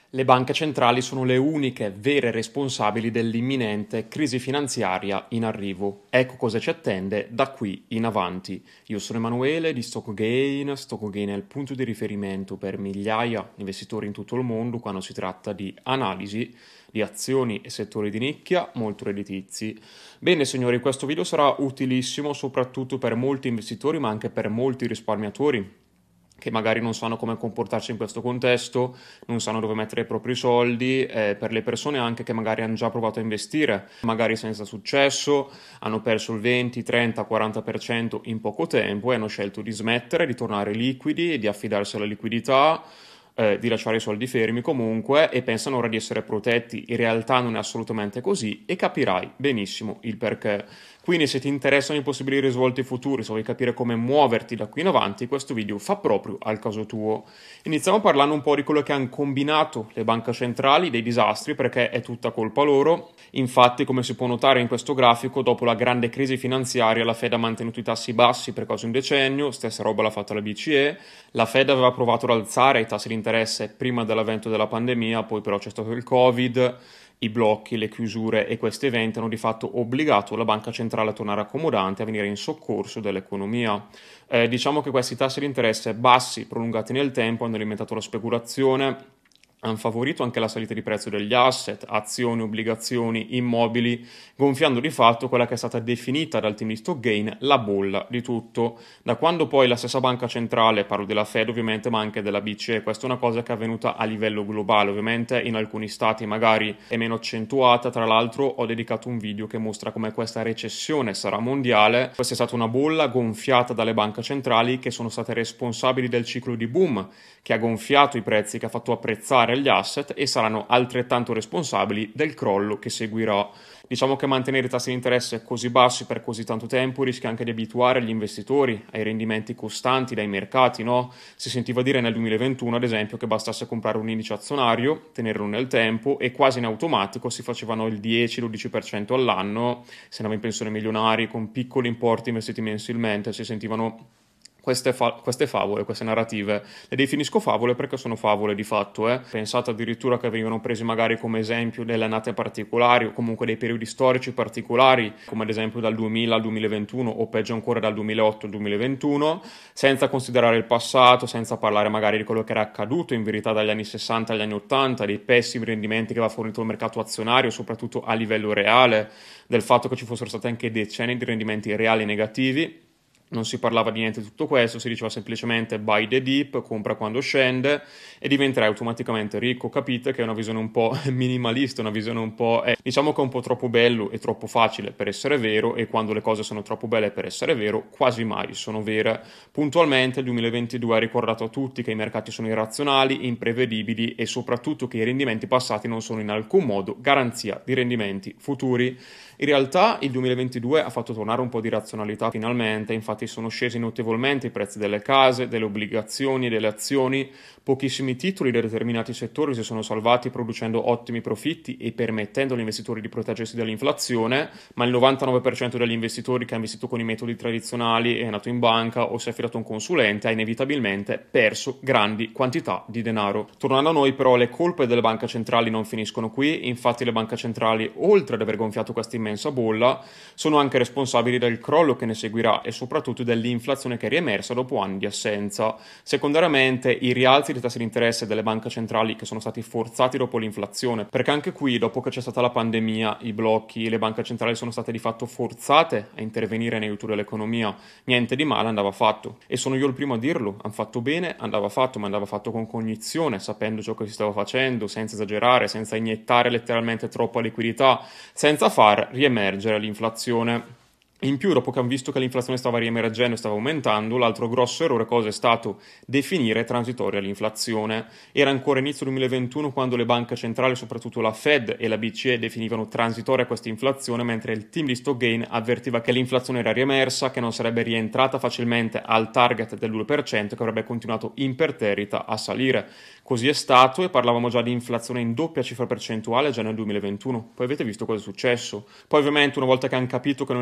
Le banche centrali sono le uniche vere responsabili dell'imminente crisi finanziaria in arrivo. Ecco cosa ci attende da qui in avanti. Io sono Emanuele di StockGain. StockGain è il punto di riferimento per migliaia di investitori in tutto il mondo quando si tratta di analisi di azioni e settori di nicchia molto redditizi. Bene signori, questo video sarà utilissimo soprattutto per molti investitori ma anche per molti risparmiatori che magari non sanno come comportarsi in questo contesto, non sanno dove mettere i propri soldi, per le persone anche che magari hanno già provato a investire, magari senza successo, hanno perso il 20, 30, 40% in poco tempo e hanno scelto di smettere, di tornare liquidi, di affidarsi alla liquidità, di lasciare i soldi fermi comunque e pensano ora di essere protetti. In realtà non è assolutamente così e capirai benissimo il perché. Quindi se ti interessano i possibili risvolti futuri, se vuoi capire come muoverti da qui in avanti, questo video fa proprio al caso tuo. Iniziamo parlando un po' di quello che hanno combinato le banche centrali, dei disastri, perché è tutta colpa loro. Infatti, come si può notare in questo grafico, dopo la grande crisi finanziaria, la Fed ha mantenuto i tassi bassi per quasi un decennio, stessa roba l'ha fatta la BCE. La Fed aveva provato ad alzare i tassi di interesse prima dell'avvento della pandemia, poi però c'è stato il Covid, i blocchi, le chiusure e questi eventi hanno di fatto obbligato la banca centrale a tornare accomodante, a venire in soccorso dell'economia. Diciamo che questi tassi di interesse bassi, prolungati nel tempo, hanno alimentato la speculazione, hanno favorito anche la salita di prezzo degli asset, azioni, obbligazioni, immobili, gonfiando di fatto quella che è stata definita dal team di StockGain la bolla di tutto. Da quando poi la stessa banca centrale, parlo della Fed ovviamente, ma anche della BCE, questa è una cosa che è avvenuta a livello globale, ovviamente in alcuni stati magari è meno accentuata. Tra l'altro ho dedicato un video che mostra come questa recessione sarà mondiale. Questa è stata una bolla gonfiata dalle banche centrali che sono state responsabili del ciclo di boom che ha gonfiato i prezzi, che ha fatto apprezzare gli asset e saranno altrettanto responsabili del crollo che seguirà. Diciamo che mantenere i tassi di interesse così bassi per così tanto tempo rischia anche di abituare gli investitori ai rendimenti costanti dai mercati, no? Si sentiva dire nel 2021, ad esempio, che bastasse comprare un indice azionario, tenerlo nel tempo e quasi in automatico si facevano il 10-12% all'anno, se andava in pensione milionari con piccoli importi investiti mensilmente, si sentivano queste favole, queste narrative. Le definisco favole perché sono favole di fatto. Pensate addirittura che venivano presi magari come esempio delle annate particolari o comunque dei periodi storici particolari, come ad esempio dal 2000 al 2021 o peggio ancora dal 2008 al 2021, senza considerare il passato, senza parlare magari di quello che era accaduto in verità dagli anni 60 agli anni 80, dei pessimi rendimenti che aveva fornito il mercato azionario, soprattutto a livello reale, del fatto che ci fossero stati anche decenni di rendimenti reali negativi. Non si parlava di niente di tutto questo, si diceva semplicemente buy the dip, compra quando scende e diventerai automaticamente ricco. Capite che è una visione un po' minimalista, una visione un po'... diciamo che è un po' troppo bello e troppo facile per essere vero, e quando le cose sono troppo belle per essere vero, quasi mai sono vere. Puntualmente il 2022 ha ricordato a tutti che i mercati sono irrazionali, imprevedibili e soprattutto che i rendimenti passati non sono in alcun modo garanzia di rendimenti futuri. In realtà il 2022 ha fatto tornare un po' di razionalità finalmente, infatti sono scesi notevolmente i prezzi delle case, delle obbligazioni e delle azioni, pochissimi titoli di determinati settori si sono salvati producendo ottimi profitti e permettendo agli investitori di proteggersi dall'inflazione, ma il 99% degli investitori che ha investito con i metodi tradizionali, è andato in banca o si è affidato a un consulente, ha inevitabilmente perso grandi quantità di denaro. Tornando a noi però, le colpe delle banche centrali non finiscono qui, infatti le banche centrali, oltre ad aver gonfiato questa immensa bolla, sono anche responsabili del crollo che ne seguirà e soprattutto dell'inflazione che è riemersa dopo anni di assenza. Secondariamente, i rialzi dei tassi di interesse delle banche centrali che sono stati forzati dopo l'inflazione, perché anche qui, dopo che c'è stata la pandemia, i blocchi, le banche centrali sono state di fatto forzate a intervenire in aiuto dell'economia. Niente di male andava fatto. E sono io il primo a dirlo, hanno fatto bene, andava fatto, ma andava fatto con cognizione, sapendo ciò che si stava facendo, senza esagerare, senza iniettare letteralmente troppa liquidità, senza far riemergere l'inflazione. In più, dopo che hanno visto che l'inflazione stava riemergendo e stava aumentando, l'altro grosso errore cosa è stato? Definire transitoria l'inflazione. Era ancora inizio 2021 quando le banche centrali, soprattutto la Fed e la BCE, definivano transitoria questa inflazione, mentre il team di StockGain avvertiva che l'inflazione era riemersa, che non sarebbe rientrata facilmente al target del 2%, che avrebbe continuato imperterrita a salire. Così è stato e parlavamo già di inflazione in doppia cifra percentuale già nel 2021. Poi avete visto cosa è successo. Poi ovviamente una volta che hanno capito che non era transitoria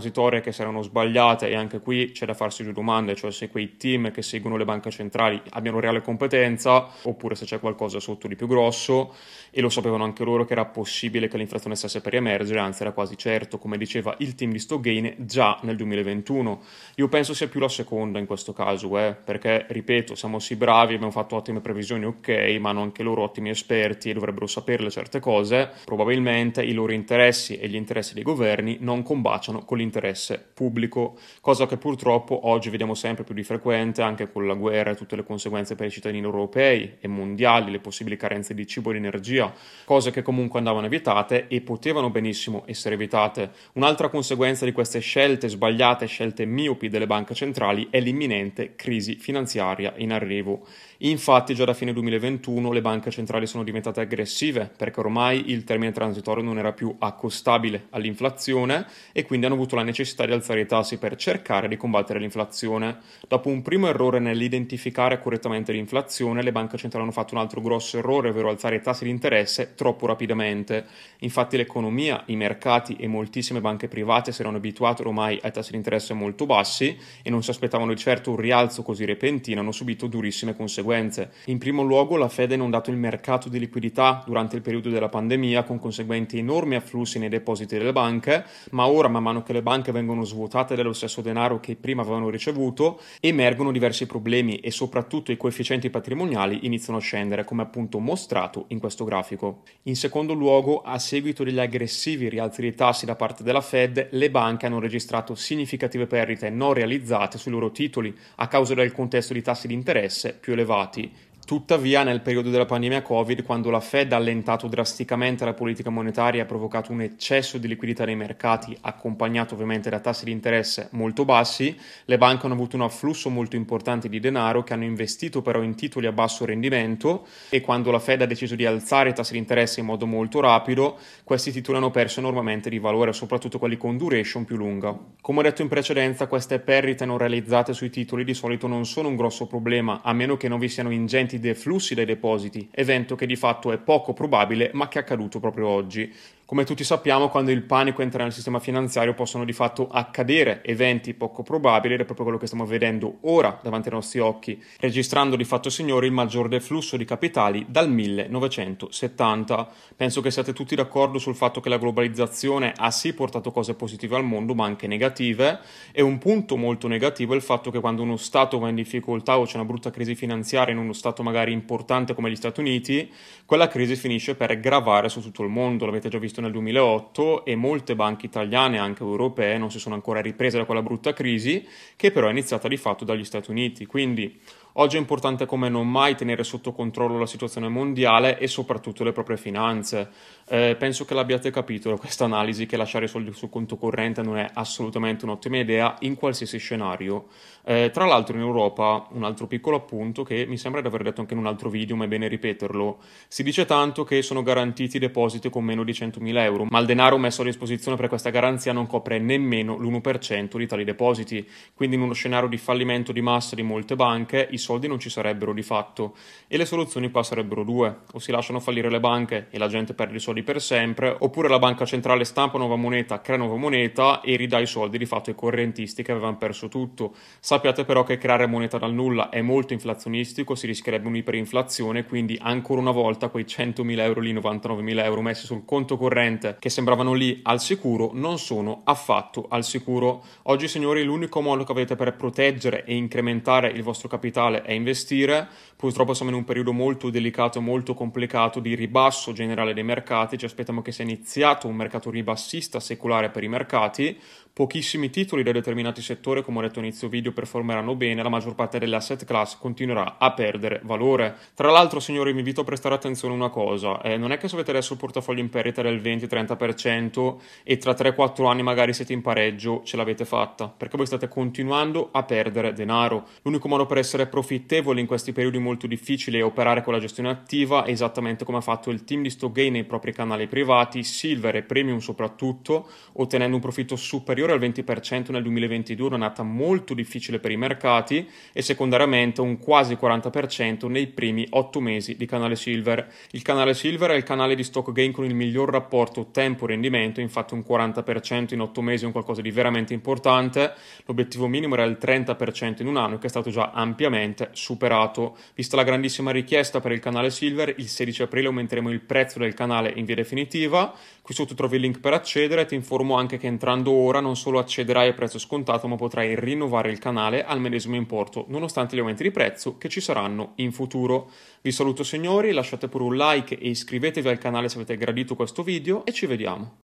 transitorie che saranno sbagliate, e anche qui c'è da farsi due domande, cioè se quei team che seguono le banche centrali abbiano reale competenza oppure se c'è qualcosa sotto di più grosso, e lo sapevano anche loro che era possibile che l'inflazione stesse per emergere, anzi era quasi certo, come diceva il team di Stogain già nel 2021. Io penso sia più la seconda in questo caso, perché, ripeto, siamo sì bravi, abbiamo fatto ottime previsioni, ok, ma hanno anche loro ottimi esperti e dovrebbero saperle certe cose. Probabilmente i loro interessi e gli interessi dei governi non combaciano con l'interesse pubblico, cosa che purtroppo oggi vediamo sempre più di frequente, anche con la guerra e tutte le conseguenze per i cittadini europei e mondiali, le possibili carenze di cibo e di energia, cose che comunque andavano evitate e potevano benissimo essere evitate. Un'altra conseguenza di queste scelte sbagliate, scelte miopi delle banche centrali, è l'imminente crisi finanziaria in arrivo. Infatti già da fine 2021 le banche centrali sono diventate aggressive perché ormai il termine transitorio non era più accostabile all'inflazione e quindi hanno avuto la necessità di alzare i tassi per cercare di combattere l'inflazione. Dopo un primo errore nell'identificare correttamente l'inflazione, le banche centrali hanno fatto un altro grosso errore, ovvero alzare i tassi di interesse troppo rapidamente. Infatti l'economia, i mercati e moltissime banche private si erano abituate ormai ai tassi di interesse molto bassi e non si aspettavano di certo un rialzo così repentino, hanno subito durissime conseguenze. In primo luogo la Fed ha inondato il mercato di liquidità durante il periodo della pandemia con conseguenti enormi afflussi nei depositi delle banche, ma ora man mano che le banche vengono svuotate dello stesso denaro che prima avevano ricevuto, emergono diversi problemi e soprattutto i coefficienti patrimoniali iniziano a scendere, come appunto mostrato in questo grafico. In secondo luogo, a seguito degli aggressivi rialzi dei tassi da parte della Fed, le banche hanno registrato significative perdite non realizzate sui loro titoli a causa del contesto di tassi di interesse più elevati. Tuttavia, nel periodo della pandemia Covid, quando la Fed ha allentato drasticamente la politica monetaria e ha provocato un eccesso di liquidità nei mercati, accompagnato ovviamente da tassi di interesse molto bassi, le banche hanno avuto un afflusso molto importante di denaro che hanno investito però in titoli a basso rendimento, e quando la Fed ha deciso di alzare i tassi di interesse in modo molto rapido, questi titoli hanno perso enormemente di valore, soprattutto quelli con duration più lunga. Come ho detto in precedenza, queste perdite non realizzate sui titoli di solito non sono un grosso problema, a meno che non vi siano ingenti deflussi dai depositi, evento che di fatto è poco probabile ma che è accaduto proprio oggi. Come tutti sappiamo, quando il panico entra nel sistema finanziario possono di fatto accadere eventi poco probabili, ed è proprio quello che stiamo vedendo ora davanti ai nostri occhi, registrando di fatto, signori, il maggior deflusso di capitali dal 1970. Penso che siate tutti d'accordo sul fatto che la globalizzazione ha sì portato cose positive al mondo, ma anche negative, e un punto molto negativo è il fatto che quando uno Stato va in difficoltà o c'è una brutta crisi finanziaria in uno Stato magari importante come gli Stati Uniti, quella crisi finisce per gravare su tutto il mondo. L'avete già visto nel 2008 e molte banche italiane, anche europee, non si sono ancora riprese da quella brutta crisi, che però è iniziata di fatto dagli Stati Uniti. Quindi oggi è importante come non mai tenere sotto controllo la situazione mondiale e soprattutto le proprie finanze. Penso che l'abbiate capito da questa analisi, che lasciare i soldi sul conto corrente non è assolutamente un'ottima idea in qualsiasi scenario. Tra l'altro in Europa, un altro piccolo appunto che mi sembra di aver detto anche in un altro video, ma è bene ripeterlo, si dice tanto che sono garantiti i depositi con meno di 100.000 euro, ma il denaro messo a disposizione per questa garanzia non copre nemmeno l'1% di tali depositi, quindi in uno scenario di fallimento di massa di molte banche i soldi non ci sarebbero di fatto, e le soluzioni qua sarebbero due: o si lasciano fallire le banche e la gente perde i soldi per sempre, oppure la banca centrale stampa nuova moneta, crea nuova moneta e ridà i soldi di fatto ai correntisti che avevano perso tutto. Sappiate però che creare moneta dal nulla è molto inflazionistico, si rischierebbe un'iperinflazione, quindi ancora una volta quei 100.000 euro lì, 99.000 euro messi sul conto corrente che sembravano lì al sicuro non sono affatto al sicuro. Oggi, signori, l'unico modo che avete per proteggere e incrementare il vostro capitale è investire. Purtroppo siamo in un periodo molto delicato e molto complicato di ribasso generale dei mercati, ci aspettiamo che sia iniziato un mercato ribassista secolare per i mercati. Pochissimi titoli da determinati settori, come ho detto inizio video, performeranno bene, la maggior parte delle asset class continuerà a perdere valore. Tra l'altro, signori, vi invito a prestare attenzione a una cosa: non è che se avete adesso il portafoglio in perdita del 20-30% e tra 3-4 anni magari siete in pareggio, ce l'avete fatta, perché voi state continuando a perdere denaro. L'unico modo per essere profittevole in questi periodi molto difficili e operare con la gestione attiva, esattamente come ha fatto il team di Stockgain nei propri canali privati, Silver e Premium soprattutto, ottenendo un profitto superiore al 20% nel 2022, un'annata molto difficile per i mercati, e secondariamente un quasi 40% nei primi 8 mesi di canale Silver. Il canale Silver è il canale di Stockgain con il miglior rapporto tempo-rendimento, infatti un 40% in 8 mesi è un qualcosa di veramente importante. L'obiettivo minimo era il 30% in un anno, che è stato già ampiamente superato. Vista la grandissima richiesta per il canale Silver, il 16 aprile aumenteremo il prezzo del canale in via definitiva. Qui sotto trovi il link per accedere. Ti informo anche che entrando ora non solo accederai a prezzo scontato, ma potrai rinnovare il canale al medesimo importo, nonostante gli aumenti di prezzo che ci saranno in futuro. Vi saluto signori, lasciate pure un like e iscrivetevi al canale se avete gradito questo video e ci vediamo.